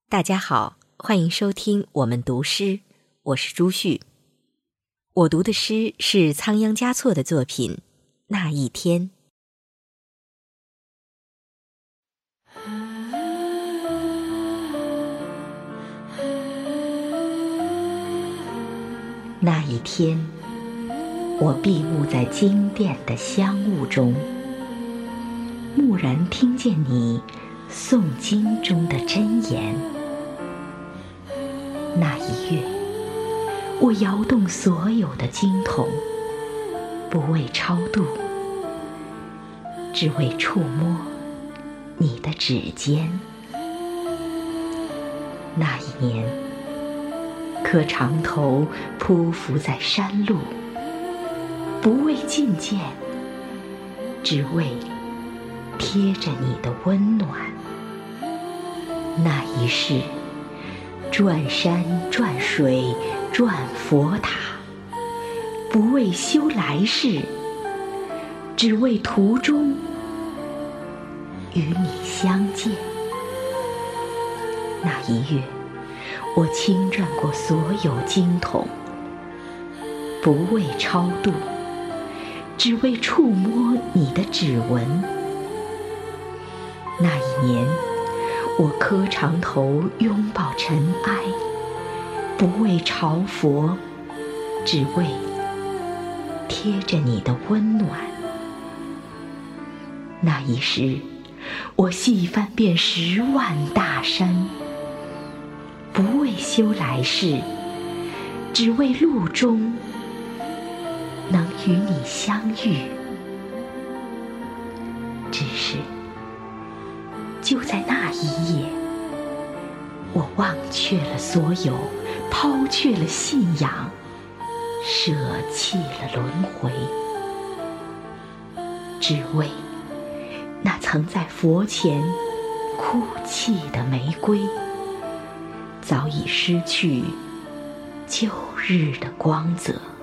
大家好，欢迎收听我们读诗，我是朱旭。我读的诗是仓央嘉措的作品《那一天》。那一天，我闭目在经殿的香雾中，蓦然听见你诵经中的真言。那一月，我摇动所有的经筒，不为超度，只为触摸你的指尖。那一年，磕长头匍匐在山路，不为觐见，只为贴着你的温暖。那一世，转山转水转佛塔，不为修来世，只为途中与你相见。那一月，我轻转过所有经筒，不为超度，只为触摸你的指纹。那一年，我磕长头拥抱尘埃，不为朝佛，只为贴着你的温暖。那一时，我细翻遍10万大山，不为修来世，只为路中能与你相遇。只是就在那一夜，我忘却了所有，抛却了信仰，舍弃了轮回，只为那曾在佛前哭泣的玫瑰，早已失去旧日的光泽。